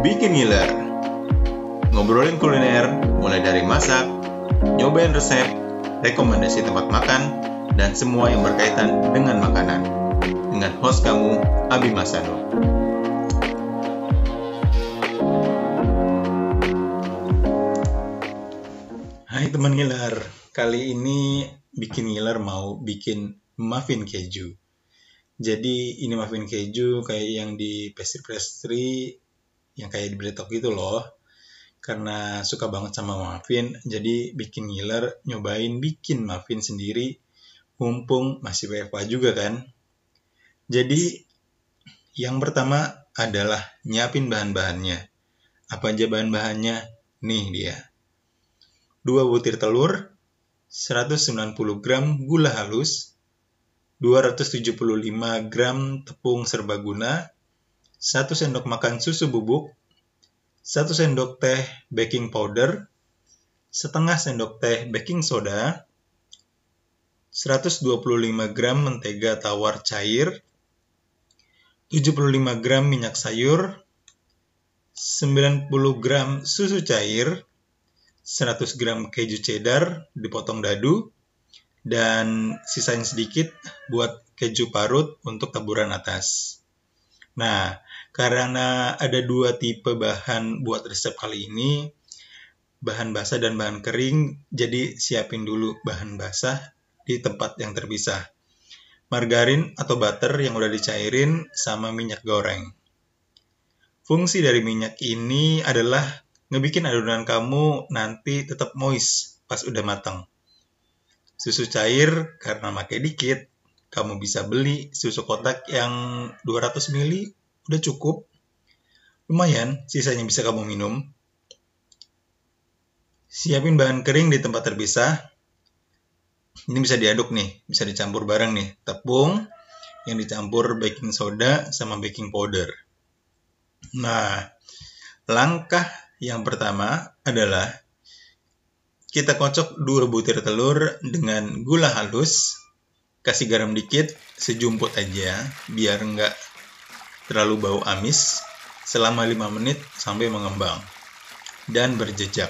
Bikin ngiler, ngobrolin kuliner mulai dari masak, nyobain resep, rekomendasi tempat makan, dan semua yang berkaitan dengan makanan. Dengan host kamu, Abi Masano. Hai teman ngiler, kali ini Bikin ngiler mau bikin muffin keju. Jadi ini muffin keju kayak yang di pastry yang kayak di Bretok gitu loh. Karena suka banget sama muffin, jadi bikin ngiler nyobain bikin muffin sendiri, mumpung masih WFH juga kan. Jadi yang pertama adalah nyiapin bahan-bahannya. Apa aja bahan-bahannya? Nih dia. 2 butir telur, 190 gram gula halus, 275 gram tepung serbaguna, 1 sendok makan susu bubuk, 1 sendok teh baking powder, setengah sendok teh baking soda, 125 gram mentega tawar cair, 75 gram minyak sayur, 90 gram susu cair, 100 gram keju cheddar dipotong dadu, dan sisain sedikit buat keju parut untuk taburan atas. Nah, karena ada 2 tipe bahan buat resep kali ini, bahan basah dan bahan kering, jadi siapin dulu bahan basah di tempat yang terpisah. Margarin atau butter yang udah dicairin sama minyak goreng. Fungsi dari minyak ini adalah ngebikin adonan kamu nanti tetap moist pas udah matang. Susu cair karena pakai dikit, kamu bisa beli susu kotak yang 200 ml, udah cukup. Lumayan, sisanya bisa kamu minum. Siapin bahan kering di tempat terpisah. Ini bisa diaduk nih, bisa dicampur bareng nih. Tepung yang dicampur baking soda sama baking powder. Nah, langkah yang pertama adalah kita kocok 2 butir telur dengan gula halus. Kasih garam dikit, sejumput aja, biar nggak terlalu bau amis, selama 5 menit sampai mengembang dan berjejak.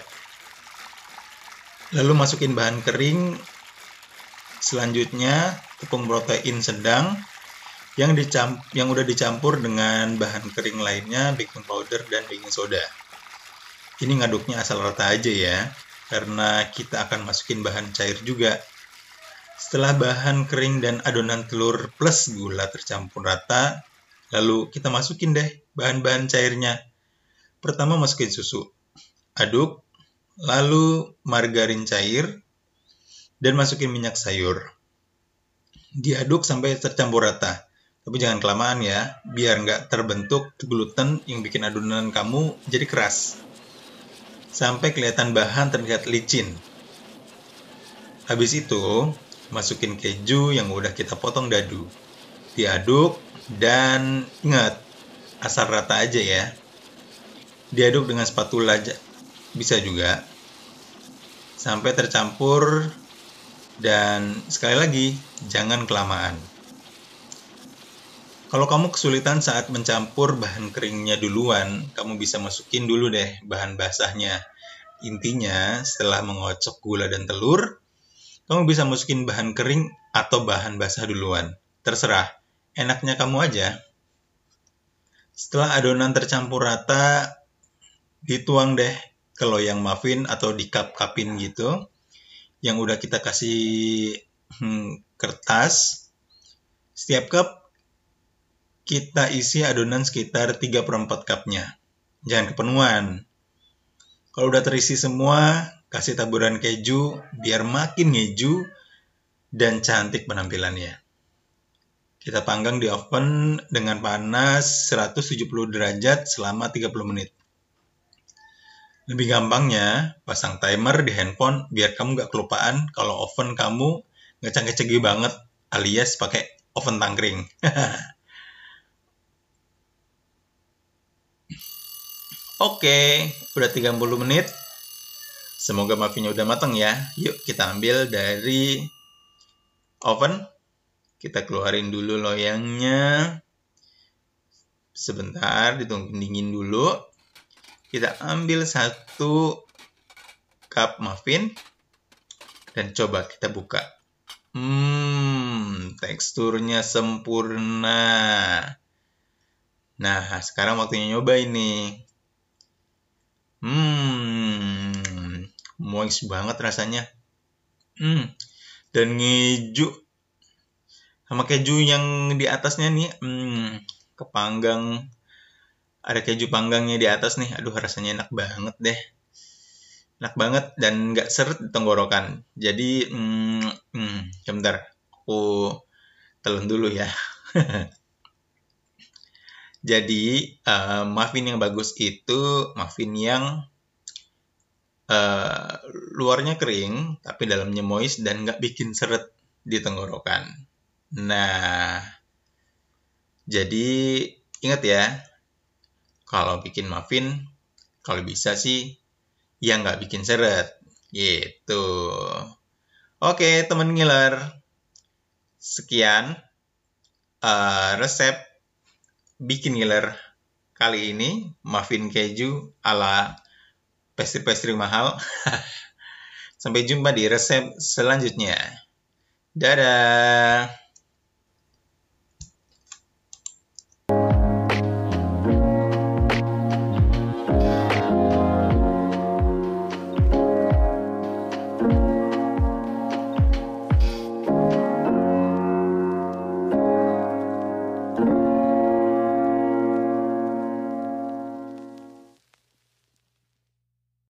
Lalu masukin bahan kering, selanjutnya tepung protein sedang yang udah dicampur dengan bahan kering lainnya, baking powder dan baking soda. Ini ngaduknya asal rata aja ya, karena kita akan masukin bahan cair juga. Setelah bahan kering dan adonan telur plus gula tercampur rata, lalu kita masukin deh bahan-bahan cairnya. Pertama masukin susu, aduk, lalu margarin cair, dan masukin minyak sayur. Diaduk sampai tercampur rata, tapi jangan kelamaan ya, biar nggak terbentuk gluten yang bikin adonan kamu jadi keras. Sampai kelihatan bahan terlihat licin. Habis itu, masukin keju yang udah kita potong dadu. Diaduk, dan ingat, asal rata aja ya. Diaduk dengan spatula bisa juga. Sampai tercampur, dan sekali lagi, jangan kelamaan. Kalau kamu kesulitan saat mencampur bahan keringnya duluan, kamu bisa masukin dulu deh bahan basahnya. Intinya, setelah mengocok gula dan telur, kamu bisa masukin bahan kering atau bahan basah duluan. Terserah, enaknya kamu aja. Setelah adonan tercampur rata, dituang deh ke loyang muffin atau di cup-cupin gitu, yang udah kita kasih kertas. Setiap cup kita isi adonan sekitar 3/4 cupnya. Jangan kepenuhan. Kalau udah terisi semua, kasih taburan keju biar makin ngeju dan cantik penampilannya. Kita panggang di oven dengan panas 170 derajat selama 30 menit. Lebih gampangnya, pasang timer di handphone biar kamu nggak kelupaan kalau oven kamu nggak canggih-canggih banget, alias pakai oven tangkring. Oke, udah 30 menit. Semoga muffinnya udah matang ya. Yuk kita ambil dari oven. Kita keluarin dulu loyangnya. Sebentar, ditunggu dingin dulu. Kita ambil 1 cup muffin dan coba kita buka. Teksturnya sempurna. Nah, sekarang waktunya nyoba ini. Moist banget rasanya. Dan ngeju sama keju yang di atasnya nih, kepanggang. Ada keju panggangnya di atas nih. Aduh, rasanya enak banget deh. Enak banget dan nggak seret di tenggorokan. Jadi, sebentar. Aku telan dulu ya. Jadi, muffin yang bagus itu muffin yang luarnya kering, tapi dalamnya moist dan nggak bikin seret di tenggorokan. Nah, jadi ingat ya, kalau bikin muffin, kalau bisa sih, ya nggak bikin seret. Gitu. Oke, teman ngiler. Sekian resep bikin ngiler kali ini, muffin keju ala pastry-pastry mahal. Sampai jumpa di resep selanjutnya. Dadah!